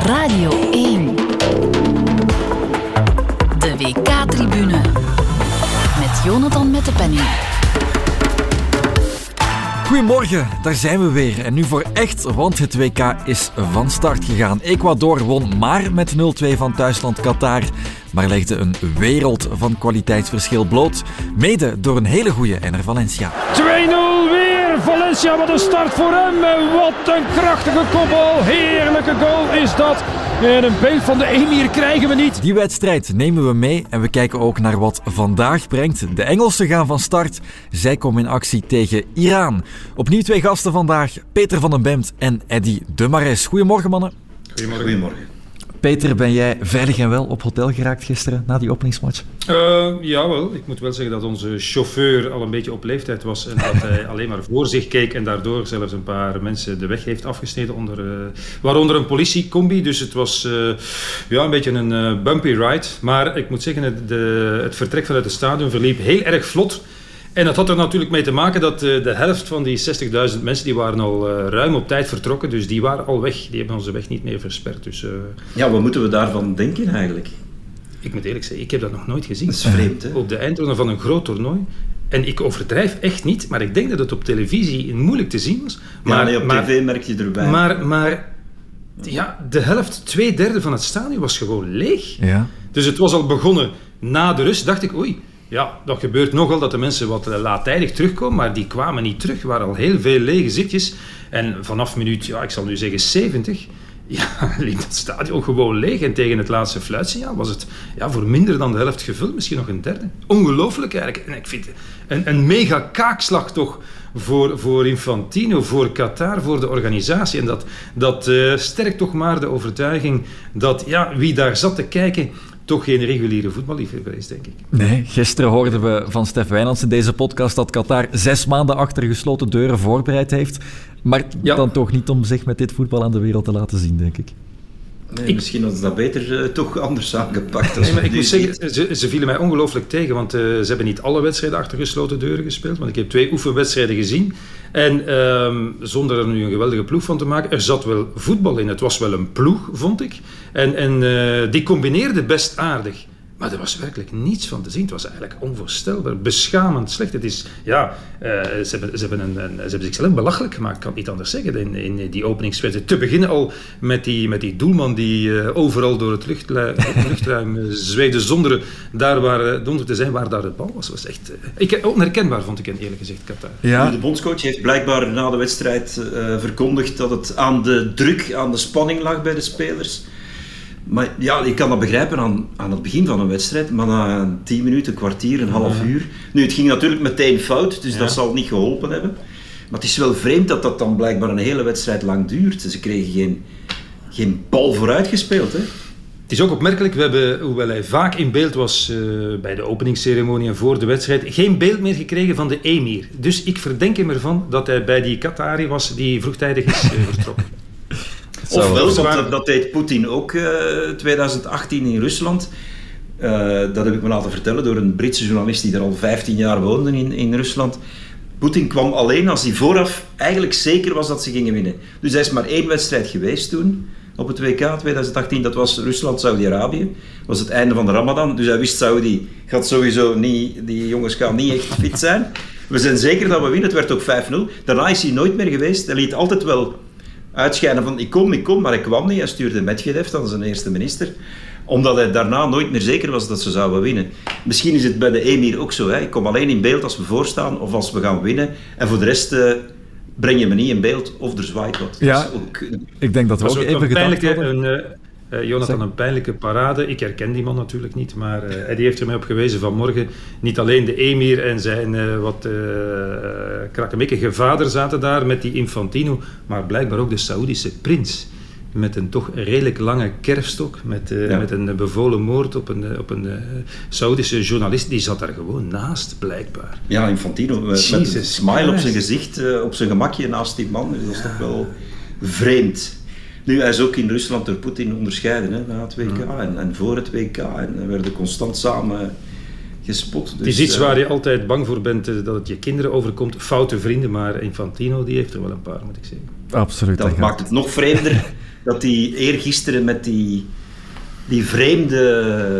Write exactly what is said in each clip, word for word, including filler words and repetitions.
Radio één. De W K-tribune. Met Jonathan met de penning. Goedemorgen, daar zijn we weer. En nu voor echt, want het W K is van start gegaan. Ecuador won maar met nul twee van thuisland Qatar, maar legde een wereld van kwaliteitsverschil bloot. Mede door een hele goeie Enner Valencia. twee nul weer Valencia, wat een start voor hem. Wat een krachtige kopbal. Heerlijke goal is dat. En een beeld van de Emir krijgen we niet. Die wedstrijd nemen we mee en we kijken ook naar wat vandaag brengt. De Engelsen gaan van start. Zij komen in actie tegen Iran. Opnieuw twee gasten vandaag, Peter van den Bemt en Eddy de Marais. Goedemorgen, mannen. Goedemorgen. Goedemorgen. Peter, ben jij veilig en wel op hotel geraakt gisteren na die openingsmatch? Uh, jawel, ik moet wel zeggen dat onze chauffeur al een beetje op leeftijd was en dat hij alleen maar voor zich keek en daardoor zelfs een paar mensen de weg heeft afgesneden, onder, uh, waaronder een politiecombi. Dus het was uh, ja, een beetje een uh, bumpy ride. Maar ik moet zeggen, het, de, het vertrek vanuit het stadion verliep heel erg vlot. En dat had er natuurlijk mee te maken dat uh, de helft van die zestigduizend mensen die waren al uh, ruim op tijd vertrokken. Dus die waren al weg. Die hebben onze weg niet meer versperd. Dus, uh, ja, wat moeten we daarvan denken eigenlijk? Ik moet eerlijk zeggen, ik heb dat nog nooit gezien. Dat is vreemd, hè? Op de eindronde van een groot toernooi. En ik overdrijf echt niet, maar ik denk dat het op televisie moeilijk te zien was. Maar, ja, nee, op maar, tv merk je erbij. Maar, maar ja, de helft, twee derde van het stadion was gewoon leeg. Ja. Dus het was al begonnen na de rust. Dacht ik, oei. Ja, dat gebeurt nogal dat de mensen wat laattijdig terugkomen, maar die kwamen niet terug. Er waren al heel veel lege zitjes. En vanaf minuut, ja, ik zal nu zeggen zeventig, ja, liep het stadion gewoon leeg. En tegen het laatste fluitsignaal was het ja, voor minder dan de helft gevuld, misschien nog een derde. Ongelooflijk eigenlijk. En ik vind het een, een mega kaakslag toch voor, voor Infantino, voor Qatar, voor de organisatie. En dat, dat uh, sterkt toch maar de overtuiging dat ja, wie daar zat te kijken toch geen reguliere voetballiefhebber is, denk ik. Nee, gisteren hoorden we van Stef Wijnands in deze podcast dat Qatar zes maanden achter gesloten deuren voorbereid heeft. Maar ja. dan toch niet om zich met dit voetbal aan de wereld te laten zien, denk ik. Nee, ik, misschien hadden ze dat beter uh, toch anders aangepakt. Nee, maar ik moet zeggen, ze, ze vielen mij ongelooflijk tegen, want uh, ze hebben niet alle wedstrijden achter gesloten deuren gespeeld, want ik heb twee oefenwedstrijden gezien. En uh, zonder er nu een geweldige ploeg van te maken, er zat wel voetbal in. Het was wel een ploeg, vond ik. En, en uh, die combineerde best aardig. Maar er was werkelijk niets van te zien. Het was eigenlijk onvoorstelbaar, beschamend slecht. Het is, ja, uh, ze, hebben, ze, hebben een, een, ze hebben zichzelf belachelijk gemaakt, ik kan het niet anders zeggen, in, in die openingswedstrijd. Te beginnen al met die, met die doelman die uh, overal door het, luchtlu- het luchtruim uh, zweefde, zonder daar waar, zonder te zijn waar daar het bal was. was echt, uh, ik, onherkenbaar vond ik, eerlijk gezegd, Qatar. Ja. De bondscoach heeft blijkbaar na de wedstrijd uh, verkondigd dat het aan de druk, aan de spanning lag bij de spelers. Maar ja, ik kan dat begrijpen aan, aan het begin van een wedstrijd, maar na tien minuten, een kwartier, een half uur. Nu, het ging natuurlijk meteen fout, dus ja. dat zal niet geholpen hebben. Maar het is wel vreemd dat dat dan blijkbaar een hele wedstrijd lang duurt. Ze kregen geen, geen bal vooruit gespeeld, hè. Het is ook opmerkelijk, we hebben, hoewel hij vaak in beeld was uh, bij de openingsceremonie en voor de wedstrijd, geen beeld meer gekregen van de Emir. Dus ik verdenk hem ervan dat hij bij die Qatari was die vroegtijdig is uh, vertrokken. Ofwel, dat, dat deed Poetin ook uh, twintig achttien in Rusland. Uh, dat heb ik me laten vertellen door een Britse journalist die er al vijftien jaar woonde in, in Rusland. Poetin kwam alleen als hij vooraf eigenlijk zeker was dat ze gingen winnen. Dus hij is maar één wedstrijd geweest toen, op het W K twintig achttien. Dat was Rusland-Saudi-Arabië. Dat was het einde van de Ramadan. Dus hij wist, Saudi gaat sowieso niet, die jongens gaan niet echt fit zijn. We zijn zeker dat we winnen. Het werd ook vijf nul. Daarna is hij nooit meer geweest. Hij liet altijd wel uitschijnen van ik kom, ik kom, maar ik kwam niet. Hij stuurde Medvedev, dan zijn eerste minister, omdat hij daarna nooit meer zeker was dat ze zouden winnen. Misschien is het bij de Emir ook zo. Hè. Ik kom alleen in beeld als we voorstaan of als we gaan winnen. En voor de rest uh, breng je me niet in beeld of er zwaait wat. Ja, ook, uh, ik denk dat we ook even gedacht hadden. Een, uh, uh, Jonathan, een pijnlijke parade. Ik herken die man natuurlijk niet, maar uh, Eddy heeft er mij op gewezen vanmorgen. Niet alleen de Emir en zijn uh, wat uh, krakkemikkige vader zaten daar met die Infantino, maar blijkbaar ook de Saoedische prins. Met een toch redelijk lange kerfstok, met, uh, ja. met een bevolen moord op een, op een uh, Saoedische journalist, die zat daar gewoon naast, blijkbaar. Ja, Infantino, uh, met een smile op zijn gezicht, uh, op zijn gemakje naast die man, dus dat is toch wel vreemd. Nu, hij is ook in Rusland door Poetin onderscheiden, hè, na het W K ja. en, en voor het W K, en we werden constant samen gespot. Dus, het is iets waar je altijd bang voor bent, uh, dat het je kinderen overkomt, foute vrienden, maar Infantino, die heeft er wel een paar, moet ik zeggen. Absoluut. Dat maakt het nog vreemder dat hij eergisteren met die, die vreemde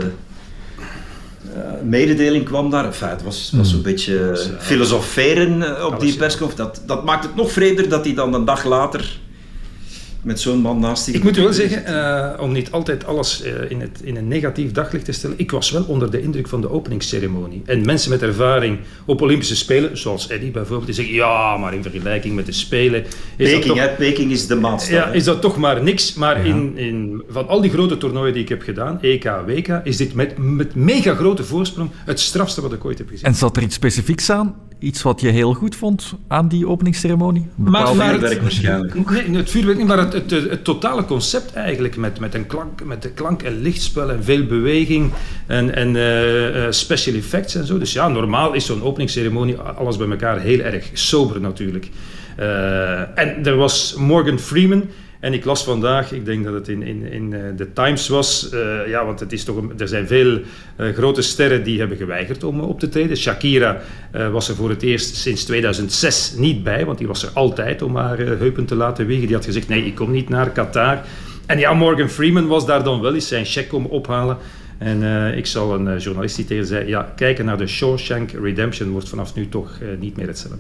uh, mededeling kwam daar. Enfin, het was, was zo'n beetje uh, filosoferen uh, op die persconferentie. Dat, dat maakt het nog vreemder dat hij dan een dag later met zo'n man naast zich... Ik moet u wel zeggen, uh, om niet altijd alles uh, in, het, in een negatief daglicht te stellen, ik was wel onder de indruk van de openingsceremonie. En mensen met ervaring op Olympische Spelen, zoals Eddie bijvoorbeeld, die zeggen, ja, maar in vergelijking met de Spelen... Is Peking, dat toch, hè? Peking is de maatstaf. Ja, is dat toch maar niks. Maar ja. in, in, van al die grote toernooien die ik heb gedaan, E K, W K, is dit met, met mega grote voorsprong het strafste wat ik ooit heb gezien. En zat er iets specifieks aan? Iets wat je heel goed vond aan die openingsceremonie? Maar, maar vuurwerk waarschijnlijk. Nee, het vuurwerk niet, maar het, het, het, het totale concept eigenlijk, met, met, een klank, met de klank- en lichtspel en veel beweging en, en uh, uh, special effects en zo. Dus ja, normaal is zo'n openingsceremonie alles bij elkaar heel erg sober natuurlijk. Uh, en er was Morgan Freeman. En ik las vandaag, ik denk dat het in, in, in de Times was, uh, ja, want het is toch een, er zijn veel uh, grote sterren die hebben geweigerd om op te treden. Shakira uh, was er voor het eerst sinds tweeduizend zes niet bij, want die was er altijd om haar uh, heupen te laten wiegen. Die had gezegd, nee, ik kom niet naar Qatar. En ja, Morgan Freeman was daar dan wel eens zijn cheque komen ophalen. En uh, ik zal een uh, journalist die tegen zei, ja, kijken naar de Shawshank Redemption wordt vanaf nu toch uh, niet meer hetzelfde.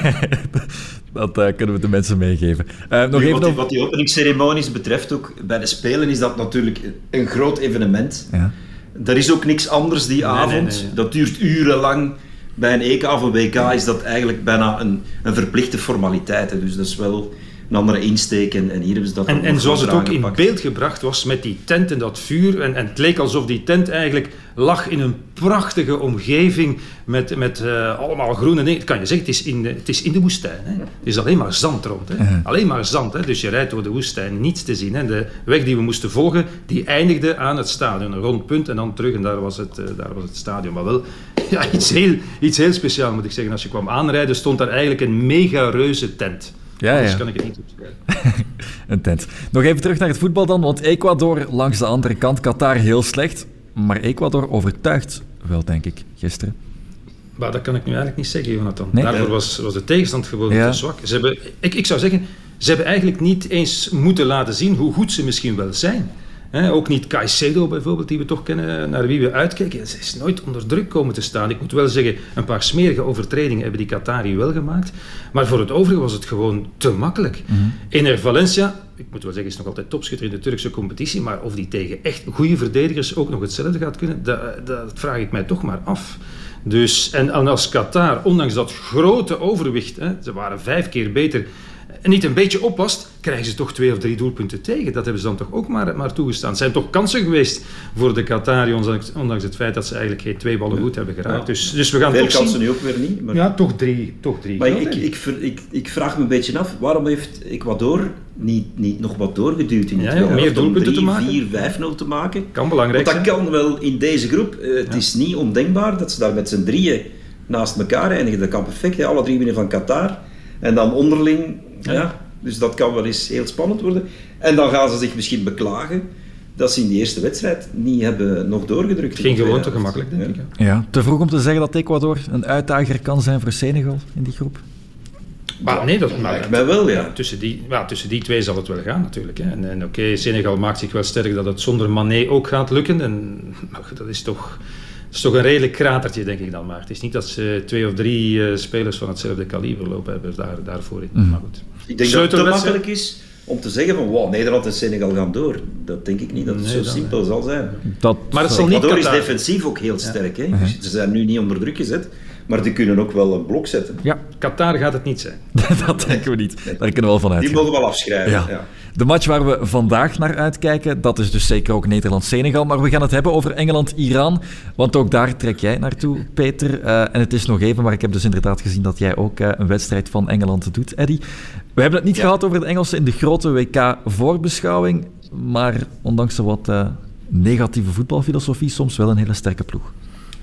Dat uh, kunnen we de mensen meegeven. Uh, nog nu, even wat, die, op... wat die openingsceremonies betreft, ook bij de Spelen is dat natuurlijk een groot evenement. Ja. Er is ook niks anders die nee, avond. Nee, nee, nee. Dat duurt urenlang. Bij een E K of een W K is dat eigenlijk bijna een, een verplichte formaliteit. Hè. Dus dat is wel een andere insteek. En, en hier hebben ze dat En, en zoals het ook in aangepakt. beeld gebracht was met die tent en dat vuur. En, en het leek alsof die tent eigenlijk lag in een prachtige omgeving met, met uh, allemaal groene dingen. Dat kan je zeggen, het is in de, het is in de woestijn. Hè. Het is alleen maar zand rond. Hè. Uh-huh. Alleen maar zand. Hè. Dus je rijdt door de woestijn, niets te zien. Hè. De weg die we moesten volgen, die eindigde aan het stadion. Een rond punt en dan terug en daar was het, uh, daar was het stadion. Maar wel ja, iets, heel, iets heel speciaals moet ik zeggen. Als je kwam aanrijden, stond daar eigenlijk een mega reuze tent. Ja, Anders ja. kan ik het niet opschrijven. Een tent. Nog even terug naar het voetbal dan, want Ecuador langs de andere kant, Qatar heel slecht. Maar Ecuador overtuigt wel, denk ik, gisteren. Maar dat kan ik nu eigenlijk niet zeggen, Jonathan. Nee? Daarvoor was, was de tegenstand gewoon ja. te zwak. Ze hebben, ik, ik zou zeggen, ze hebben eigenlijk niet eens moeten laten zien hoe goed ze misschien wel zijn. He, ook niet Caicedo bijvoorbeeld, die we toch kennen, naar wie we uitkijken. Ze is nooit onder druk komen te staan. Ik moet wel zeggen, een paar smerige overtredingen hebben die Qatari wel gemaakt. Maar voor het overige was het gewoon te makkelijk. Mm-hmm. Ener Valencia, ik moet wel zeggen, is nog altijd topschutter in de Turkse competitie. Maar of die tegen echt goede verdedigers ook nog hetzelfde gaat kunnen, dat, dat vraag ik mij toch maar af. Dus, en als Qatar, ondanks dat grote overwicht, hè, ze waren vijf keer beter, en niet een beetje oppast, krijgen ze toch twee of drie doelpunten tegen. Dat hebben ze dan toch ook maar, maar toegestaan. Het zijn toch kansen geweest voor de Qatari, ondanks, ondanks het feit dat ze eigenlijk geen twee ballen goed hebben geraakt. Ja. Dus, dus we gaan Veel toch kansen zien. nu ook weer niet. Maar... Ja, toch drie. Toch drie maar ik, ik, ik, ik vraag me een beetje af, waarom heeft Ecuador niet, niet nog wat doorgeduwd in het ja, ja, om meer doelpunten drie, te maken? vier, vijf nul te maken? Kan belangrijk Want dat zijn. kan wel in deze groep. Uh, het ja. is niet ondenkbaar dat ze daar met z'n drieën naast elkaar eindigen. Dat kan perfect, hè? Alle drie winnen van Qatar. En dan onderling... Ja. Ja, dus dat kan wel eens heel spannend worden. En dan gaan ze zich misschien beklagen dat ze in die eerste wedstrijd niet hebben nog doorgedrukt. Het ging gewoon te gemakkelijk, denk ja. ik. Ja. Ja, te vroeg om te zeggen dat Ecuador een uitdager kan zijn voor Senegal in die groep? Maar nee, dat lijkt mij wel, ja. ja tussen, die, ja, tussen die twee zal het wel gaan natuurlijk. Hè. En, en oké, okay, Senegal maakt zich wel sterk dat het zonder Mané ook gaat lukken. En dat is toch... Het is toch een redelijk kratertje, denk ik dan maar. Het is niet dat ze twee of drie uh, spelers van hetzelfde kaliber lopen hebben daar, daarvoor in. Mm. Maar goed. Ik denk dat het te makkelijk is om te zeggen van wow, Nederland en Senegal gaan door. Dat denk ik niet, dat het nee, zo simpel nee. zal zijn. Dat, maar het zal niet Ecuador is defensief ook heel sterk. Ja. Hè? Uh-huh. Ze zijn nu niet onder druk gezet, maar die kunnen ook wel een blok zetten. Ja, Qatar gaat het niet zijn. Dat denken we niet. Daar kunnen we wel van uitgaan. Die mogen we wel afschrijven. Ja. Ja. De match waar we vandaag naar uitkijken, dat is dus zeker ook Nederland-Senegal. Maar we gaan het hebben over Engeland-Iran. Want ook daar trek jij naartoe, Peter. Uh, en het is nog even, maar ik heb dus inderdaad gezien dat jij ook uh, een wedstrijd van Engeland doet, Eddie. We hebben het niet ja. gehad over de Engelsen in de grote W K-voorbeschouwing. Maar ondanks de wat uh, negatieve voetbalfilosofie, soms wel een hele sterke ploeg.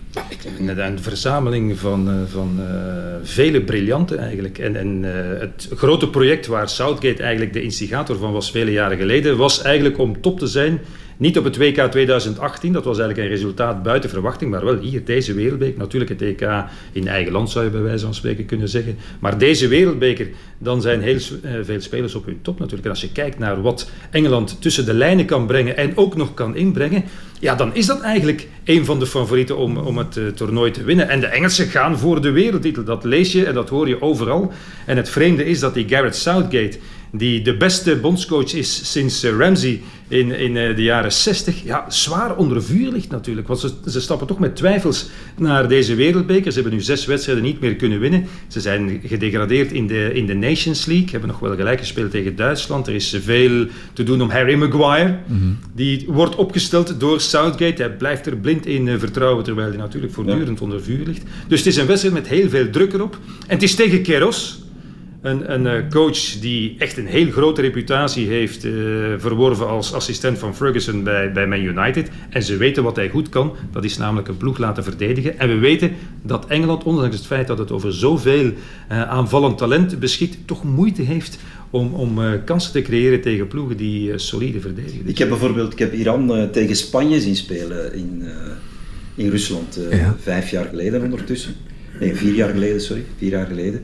Een verzameling van, van uh, vele briljanten eigenlijk. En, en uh, het grote project waar Southgate eigenlijk de instigator van was vele jaren geleden, was eigenlijk om top te zijn Niet op het W K tweeduizend achttien, dat was eigenlijk een resultaat buiten verwachting, maar wel hier, deze wereldbeker. Natuurlijk het E K in eigen land zou je bij wijze van spreken kunnen zeggen. Maar deze wereldbeker, dan zijn heel uh, veel spelers op hun top natuurlijk. En als je kijkt naar wat Engeland tussen de lijnen kan brengen en ook nog kan inbrengen, ja, dan is dat eigenlijk een van de favorieten om, om het uh, toernooi te winnen. En de Engelsen gaan voor de wereldtitel. Dat lees je en dat hoor je overal. En het vreemde is dat die Gareth Southgate, die de beste bondscoach is sinds uh, Ramsey in, in uh, de jaren zestig, ja, zwaar onder vuur ligt natuurlijk. Want ze, ze stappen toch met twijfels naar deze wereldbeker. Ze hebben nu zes wedstrijden niet meer kunnen winnen. Ze zijn gedegradeerd in de, in de Nations League. Hebben nog wel gelijk gespeeld tegen Duitsland. Er is veel te doen om Harry Maguire. Mm-hmm. Die wordt opgesteld door Southgate. Hij blijft er blind in uh, vertrouwen, terwijl hij natuurlijk voortdurend ja. onder vuur ligt. Dus het is een wedstrijd met heel veel druk erop. En het is tegen Queiroz. Een, een uh, coach die echt een heel grote reputatie heeft uh, verworven als assistent van Ferguson bij, bij Man United. En ze weten wat hij goed kan. Dat is namelijk een ploeg laten verdedigen. En we weten dat Engeland, ondanks het feit dat het over zoveel uh, aanvallend talent beschikt, toch moeite heeft om, om uh, kansen te creëren tegen ploegen die uh, solide verdedigen. Ik heb bijvoorbeeld ik heb Iran uh, tegen Spanje zien spelen in, uh, in Rusland. Uh, ja. Vijf jaar geleden ondertussen. Nee, vier jaar geleden, sorry. Vier jaar geleden.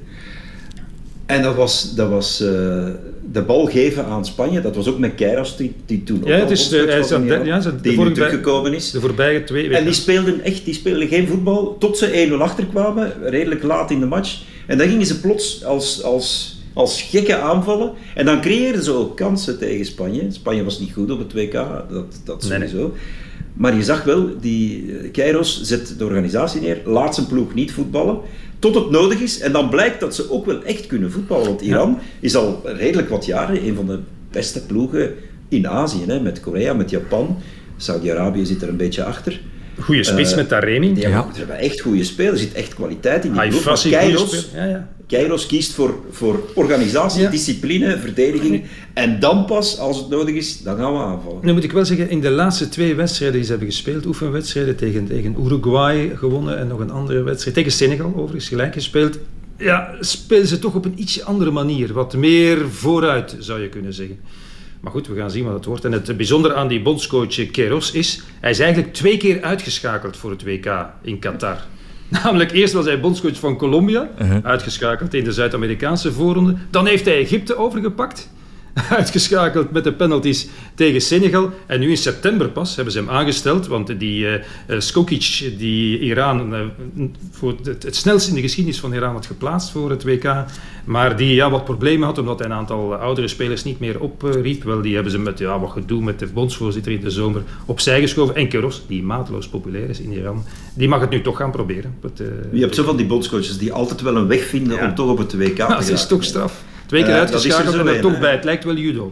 En dat was, dat was uh, de bal geven aan Spanje. Dat was ook met Queiroz, die, die toen ook ja, het is, uh, was aan de, ja, de, die nu teruggekomen is. De voorbije twee weken. En die speelden echt die speelden geen voetbal tot ze één nul achterkwamen, redelijk laat in de match. En dan gingen ze plots als, als, als gekken aanvallen. En dan creëerden ze ook kansen tegen Spanje. Spanje was niet goed op het W K, dat, dat sowieso. Nee, nee. Maar je zag wel, die Queiroz zet de organisatie neer, laat zijn ploeg niet voetballen, tot het nodig is. En dan blijkt dat ze ook wel echt kunnen voetballen. Want Iran ja. is al redelijk wat jaren een van de beste ploegen in Azië. Hè, met Korea, met Japan. Saudi-Arabië zit er een beetje achter. Goeie spits uh, met Taremi. Ja, ja. Ze hebben echt goede spelers. Er zit echt kwaliteit in die ploeg. Maar Queiroz, ja, ja. Queiroz kiest voor, voor organisatie, ja. discipline, verdediging. En dan pas, als het nodig is, dan gaan we aanvallen. Nu moet ik wel zeggen, in de laatste twee wedstrijden die ze hebben gespeeld, oefenwedstrijden tegen, tegen Uruguay gewonnen en nog een andere wedstrijd, tegen Senegal overigens gelijk gespeeld, ja, spelen ze toch op een ietsje andere manier. Wat meer vooruit, zou je kunnen zeggen. Maar goed, we gaan zien wat het wordt. En het bijzondere aan die bondscoach Queiroz is, hij is eigenlijk twee keer uitgeschakeld voor het W K in Qatar. Namelijk, eerst was hij bondscoach van Colombia, uh-huh. uitgeschakeld in de Zuid-Amerikaanse voorronde. Dan heeft hij Egypte overgepakt, uitgeschakeld met de penalties tegen Senegal. En nu in september pas hebben ze hem aangesteld, want die uh, uh, Skokic, die Iran uh, voor het, het snelst in de geschiedenis van Iran had geplaatst voor het W K, maar die ja, wat problemen had, omdat hij een aantal oudere spelers niet meer opriep. Uh, Wel, die hebben ze met ja, wat gedoe met de bondsvoorzitter in de zomer opzij geschoven. En Queiroz, die mateloos populair is in Iran, die mag het nu toch gaan proberen. Het, uh, Je hebt zo van die bondscoaches die altijd wel een weg vinden ja. om toch op het W K te gaan. Dat is toch straf. Twee keer uh, uitgeschakeld en er toch bij. Het lijkt wel judo.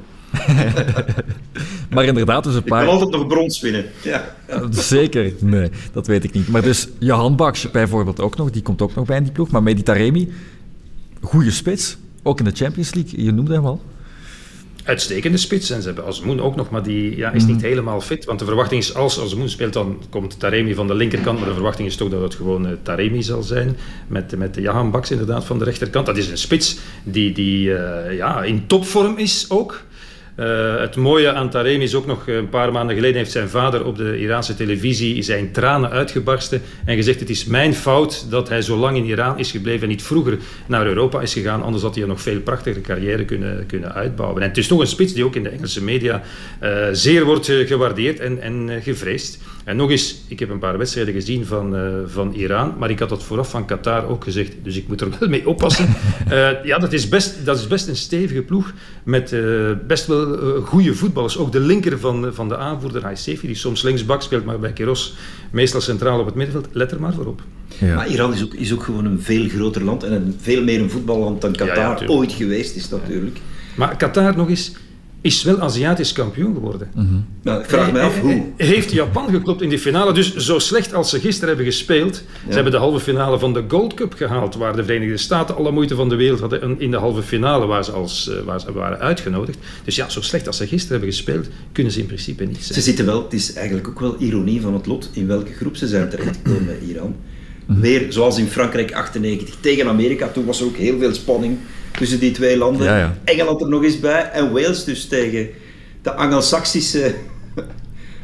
Maar inderdaad, dus een paar... Ik kan altijd nog brons winnen. Ja. Zeker, nee, dat weet ik niet. Maar dus Johan Baksch bijvoorbeeld ook nog, die komt ook nog bij in die ploeg. Maar Mehdi Taremi, goede spits, ook in de Champions League, je noemde hem al. Uitstekende spits. En ze hebben Azmoun ook nog, maar die ja, is niet mm. helemaal fit. Want de verwachting is, als Azmoun speelt, dan komt Taremi van de linkerkant. Maar de verwachting is toch dat het gewoon uh, Taremi zal zijn. Met, met Johan Baksch inderdaad van de rechterkant. Dat is een spits die, die uh, ja, in topvorm is ook. Uh, het mooie aan Taremi is ook nog, een paar maanden geleden heeft zijn vader op de Iraanse televisie zijn tranen uitgebarsten en gezegd: het is mijn fout dat hij zo lang in Iran is gebleven en niet vroeger naar Europa is gegaan, anders had hij een nog veel prachtigere carrière kunnen, kunnen uitbouwen. En het is toch een spits die ook in de Engelse media uh, zeer wordt uh, gewaardeerd en, en uh, gevreesd. En nog eens, ik heb een paar wedstrijden gezien van, uh, van Iran, maar ik had dat vooraf van Qatar ook gezegd, dus ik moet er wel mee oppassen. Uh, ja, dat is, best, dat is best een stevige ploeg met uh, best wel uh, goede voetballers. Ook de linker van, van de aanvoerder, Haisefi, die soms linksbak speelt, maar bij Queiroz meestal centraal op het middenveld. Let er maar voor op. Ja. Maar Iran is ook, is ook gewoon een veel groter land en een veel meer een voetballand dan Qatar ja, ja, ooit geweest is natuurlijk. Ja. Maar Qatar nog eens... is wel Aziatisch kampioen geworden. Mm-hmm. Nou, ik vraag me af hoe. Heeft Japan geklopt in die finale. Dus zo slecht als ze gisteren hebben gespeeld. Ja. Ze hebben de halve finale van de Gold Cup gehaald, waar de Verenigde Staten alle moeite van de wereld hadden in de halve finale waar ze, als, waar ze waren uitgenodigd. Dus ja, zo slecht als ze gisteren hebben gespeeld, kunnen ze in principe niet zijn. Ze zitten wel, het is eigenlijk ook wel ironie van het lot in welke groep ze zijn terechtgekomen bij Iran. Mm-hmm. Weer zoals in Frankrijk achtennegentig tegen Amerika, toen was er ook heel veel spanning tussen die twee landen. Ja, ja. Engeland er nog eens bij en Wales dus tegen de Angelsaksische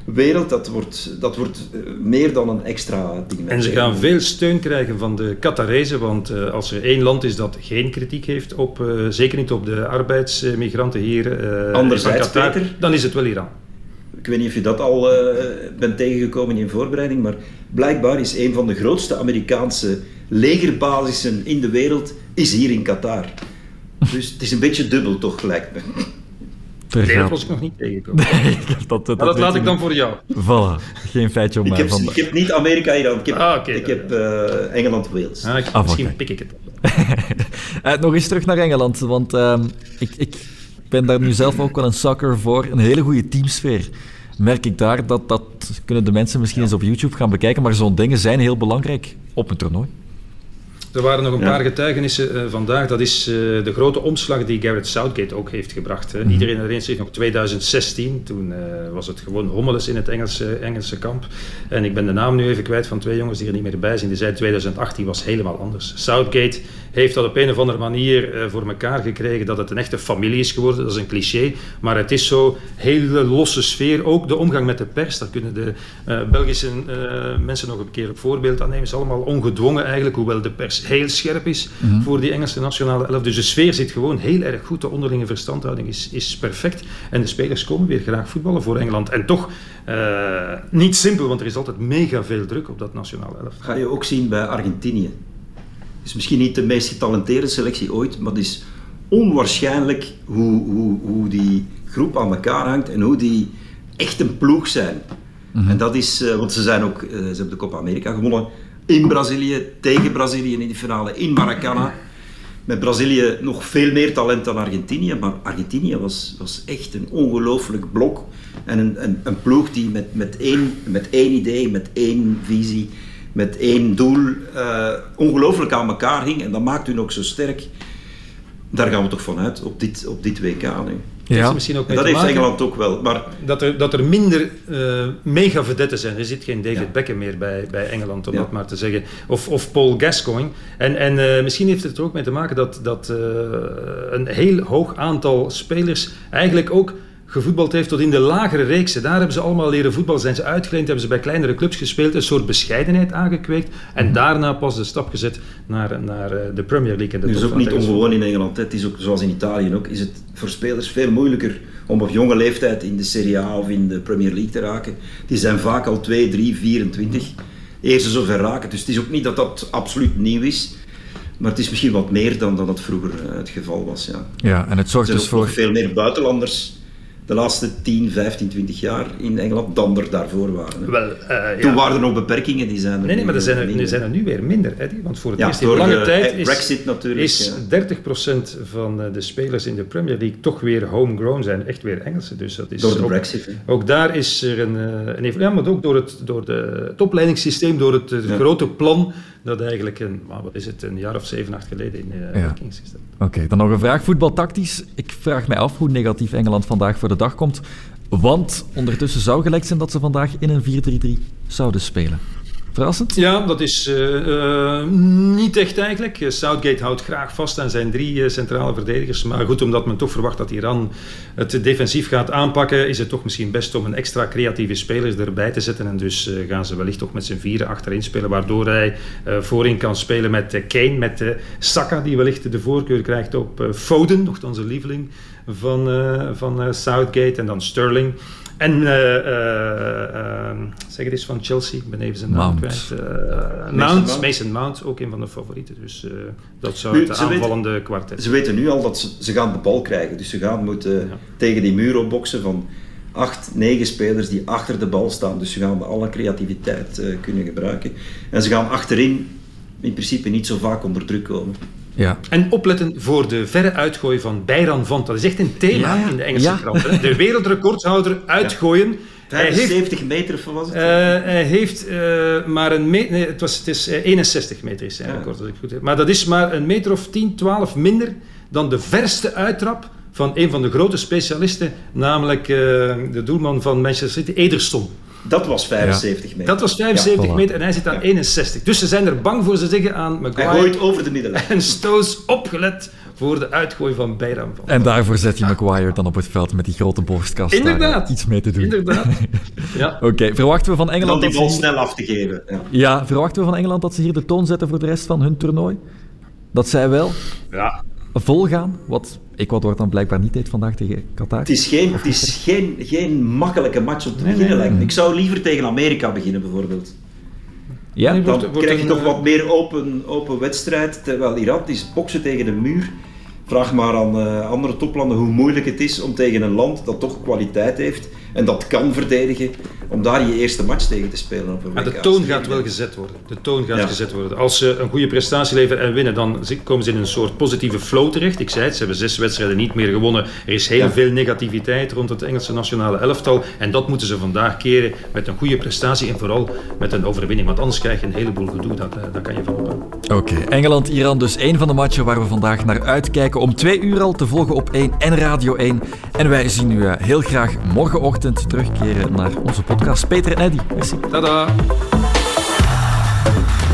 wereld, dat wordt, dat wordt meer dan een extra ding. En ze gaan veel steun krijgen van de Qatarezen, want uh, als er één land is dat geen kritiek heeft, op, uh, zeker niet op de arbeidsmigranten hier uh, Anderzijds, van Qatar, Peter, dan is het wel Iran. Ik weet niet of je dat al uh, bent tegengekomen in voorbereiding, maar blijkbaar is een van de grootste Amerikaanse legerbasissen in de wereld is hier in Qatar. Dus het is een beetje dubbel toch, lijkt me. Nee, dat was ik nog niet tegengekomen. Nee, dat, dat, dat, dat laat ik dan voor jou. Voilà, geen feitje om ik mij heb, van... Ik heb niet Amerika-Iran, ik heb, ah, okay, ik heb uh, Engeland-Wales. Ah, ah, misschien okay. pik ik het op. uh, nog eens terug naar Engeland, want uh, ik, ik ben daar nu zelf ook wel een sucker voor. Een hele goede teamsfeer. Merk ik daar, dat, dat kunnen de mensen misschien ja. eens op YouTube gaan bekijken, maar zo'n dingen zijn heel belangrijk op een toernooi. Er waren nog een ja. paar getuigenissen uh, vandaag. Dat is uh, de grote omslag die Gareth Southgate ook heeft gebracht. Hè. Mm-hmm. Iedereen herinnert zich nog twintig zestien. Toen uh, was het gewoon hommeles in het Engelse, Engelse kamp. En ik ben de naam nu even kwijt van twee jongens die er niet meer bij zijn. Die zeiden twintig achttien was helemaal anders. Southgate heeft dat op een of andere manier uh, voor elkaar gekregen dat het een echte familie is geworden. Dat is een cliché. Maar het is zo hele losse sfeer. Ook de omgang met de pers. Daar kunnen de uh, Belgische uh, mensen nog een keer op voorbeeld aan nemen. Het is allemaal ongedwongen eigenlijk. Hoewel de pers heel scherp is mm-hmm. voor die Engelse nationale elf. Dus de sfeer zit gewoon heel erg goed. De onderlinge verstandhouding is, is perfect. En de spelers komen weer graag voetballen voor Engeland. En toch uh, niet simpel, want er is altijd mega veel druk op dat nationale elf. Ga je ook zien bij Argentinië. Het is misschien niet de meest getalenteerde selectie ooit, maar het is onwaarschijnlijk hoe, hoe, hoe die groep aan elkaar hangt en hoe die echt een ploeg zijn. Mm-hmm. En dat is, uh, want ze zijn ook, uh, ze hebben de Copa America gewonnen. In Brazilië, tegen Brazilië in die finale, in Maracana. Met Brazilië nog veel meer talent dan Argentinië, maar Argentinië was, was echt een ongelooflijk blok. En een, een, een ploeg die met, met, één, met één idee, met één visie, met één doel uh, ongelooflijk aan elkaar hing. En dat maakt hun ook zo sterk. Daar gaan we toch vanuit, op dit, op dit W K nu. Ja. Misschien ook en dat heeft Engeland ook wel. Maar dat, er, dat er minder uh, mega-vedetten zijn. Er zit geen David ja. Beckham meer bij, bij Engeland, om ja. dat maar te zeggen. Of, of Paul Gascoigne. En, en uh, misschien heeft het er ook mee te maken dat, dat uh, een heel hoog aantal spelers eigenlijk ook gevoetbald heeft tot in de lagere reeksen. Daar hebben ze allemaal leren voetballen, zijn ze uitgeleend, hebben ze bij kleinere clubs gespeeld, een soort bescheidenheid aangekweekt en mm-hmm. daarna pas de stap gezet naar, naar de Premier League. En de het is ook niet ongewoon in Engeland. Het is ook, zoals in Italië ook, is het voor spelers veel moeilijker om op jonge leeftijd in de Serie A of in de Premier League te raken. Die zijn vaak al twee, drie, vierentwintig. Eer ze zover raken. Dus het is ook niet dat dat absoluut nieuw is. Maar het is misschien wat meer dan dat het vroeger het geval was. Ja, ja en het zorgt er dus zijn ook voor... nog veel meer buitenlanders de laatste tien, vijftien, twintig jaar in Engeland dan er daarvoor waren. Wel, uh, ja. Toen waren er nog beperkingen, die zijn er Nee, nee maar er zijn er, nu zijn er nu weer minder. Hè, want voor het ja, eerst in lange de, tijd is, Brexit natuurlijk, is ja. dertig procent van de spelers in de Premier League toch weer homegrown zijn, echt weer Engelse. Dus dat is door de ook, Brexit. Hè. Ook daar is er een, een ja, maar ook door het, door de, het opleidingssysteem, door het, het ja. grote plan dat eigenlijk een, wat is het, een jaar of zeven, acht geleden in uh, ja. Kings is. Oké, okay, dan nog een vraag. Voetbaltactisch. Ik vraag mij af hoe negatief Engeland vandaag voor de dag komt. Want ondertussen zou gelekt zijn dat ze vandaag in een vier drie drie zouden spelen. Verrassend? Ja, dat is uh, uh, niet echt eigenlijk. Southgate houdt graag vast aan zijn drie uh, centrale verdedigers. Maar goed, omdat men toch verwacht dat Iran het defensief gaat aanpakken, is het toch misschien best om een extra creatieve speler erbij te zetten. En dus uh, gaan ze wellicht toch met z'n vieren achterin spelen, waardoor hij uh, voorin kan spelen met uh, Kane, met uh, Saka, die wellicht de voorkeur krijgt op uh, Foden, nogthans een lieveling van, uh, van uh, Southgate, en dan Sterling. En uh, uh, uh, zeg het eens van Chelsea, ik ben even zijn naam kwijt. Uh, Mount, Mount, Mason Mount, ook een van de favorieten. Dus uh, dat zou nu, het aanvallende weten, kwartet. Ze weten nu al dat ze, ze gaan de bal krijgen. Dus ze gaan moeten ja. tegen die muur opboksen van acht, negen spelers die achter de bal staan. Dus ze gaan alle creativiteit uh, kunnen gebruiken. En ze gaan achterin in principe niet zo vaak onder druk komen. Ja. En opletten voor de verre uitgooi van Beiran Vont. Dat is echt een thema ja, in de Engelse ja. krant. Hè? De wereldrecordhouder uitgooien. Ja. vijfenzeventig meter of was het? Uh, hij heeft uh, maar een meter... Nee, het, was, het is uh, eenenzestig meter is zijn ja. record, als ik goed heb. Maar dat is maar een meter of tien, twaalf minder dan de verste uittrap van een van de grote specialisten, namelijk uh, de doelman van Manchester City, Ederson. Dat was vijfenzeventig ja. meter. Dat was vijfenzeventig ja, meter en hij zit aan ja. eenenzestig. Dus ze zijn er bang voor, ze zeggen aan Maguire. Hij gooit over de middenlijn. En Stones, opgelet voor de uitgooi van Beiram. En daarvoor zet je Maguire dan op het veld met die grote borstkast. Inderdaad. Daar iets mee te doen. Inderdaad. Ja. Oké, okay. Verwachten we van Engeland... Om die bal ze... snel af te geven. Ja. ja, verwachten we van Engeland dat ze hier de toon zetten voor de rest van hun toernooi? Dat zij wel ja. vol gaan? Wat Ecuador dan blijkbaar niet deed vandaag tegen Qatar. Het is geen, het is geen, geen makkelijke match om te nee, beginnen. Nee, nee. Ik zou liever tegen Amerika beginnen, bijvoorbeeld. Ja? Dan wordt, wordt krijg je een, toch wat meer open, open wedstrijd. Terwijl Iran is boksen tegen de muur. Vraag maar aan uh, andere toplanden hoe moeilijk het is om tegen een land dat toch kwaliteit heeft en dat kan verdedigen, om daar je eerste match tegen te spelen op een W K. De toon gaat wel gezet worden. De toon gaat ja. gezet worden. Als ze een goede prestatie leveren en winnen, dan komen ze in een soort positieve flow terecht. Ik zei het, ze hebben zes wedstrijden niet meer gewonnen. Er is heel ja. veel negativiteit rond het Engelse nationale elftal en dat moeten ze vandaag keren met een goede prestatie en vooral met een overwinning. Want anders krijg je een heleboel gedoe, dat, dat kan je van op aan. Oké, okay. Engeland-Iran dus één van de matchen waar we vandaag naar uitkijken. Om twee uur al te volgen op één en Radio één. En wij zien u heel graag morgenochtend terugkeren naar onze podcast. Peter en Eddy, merci. Tada!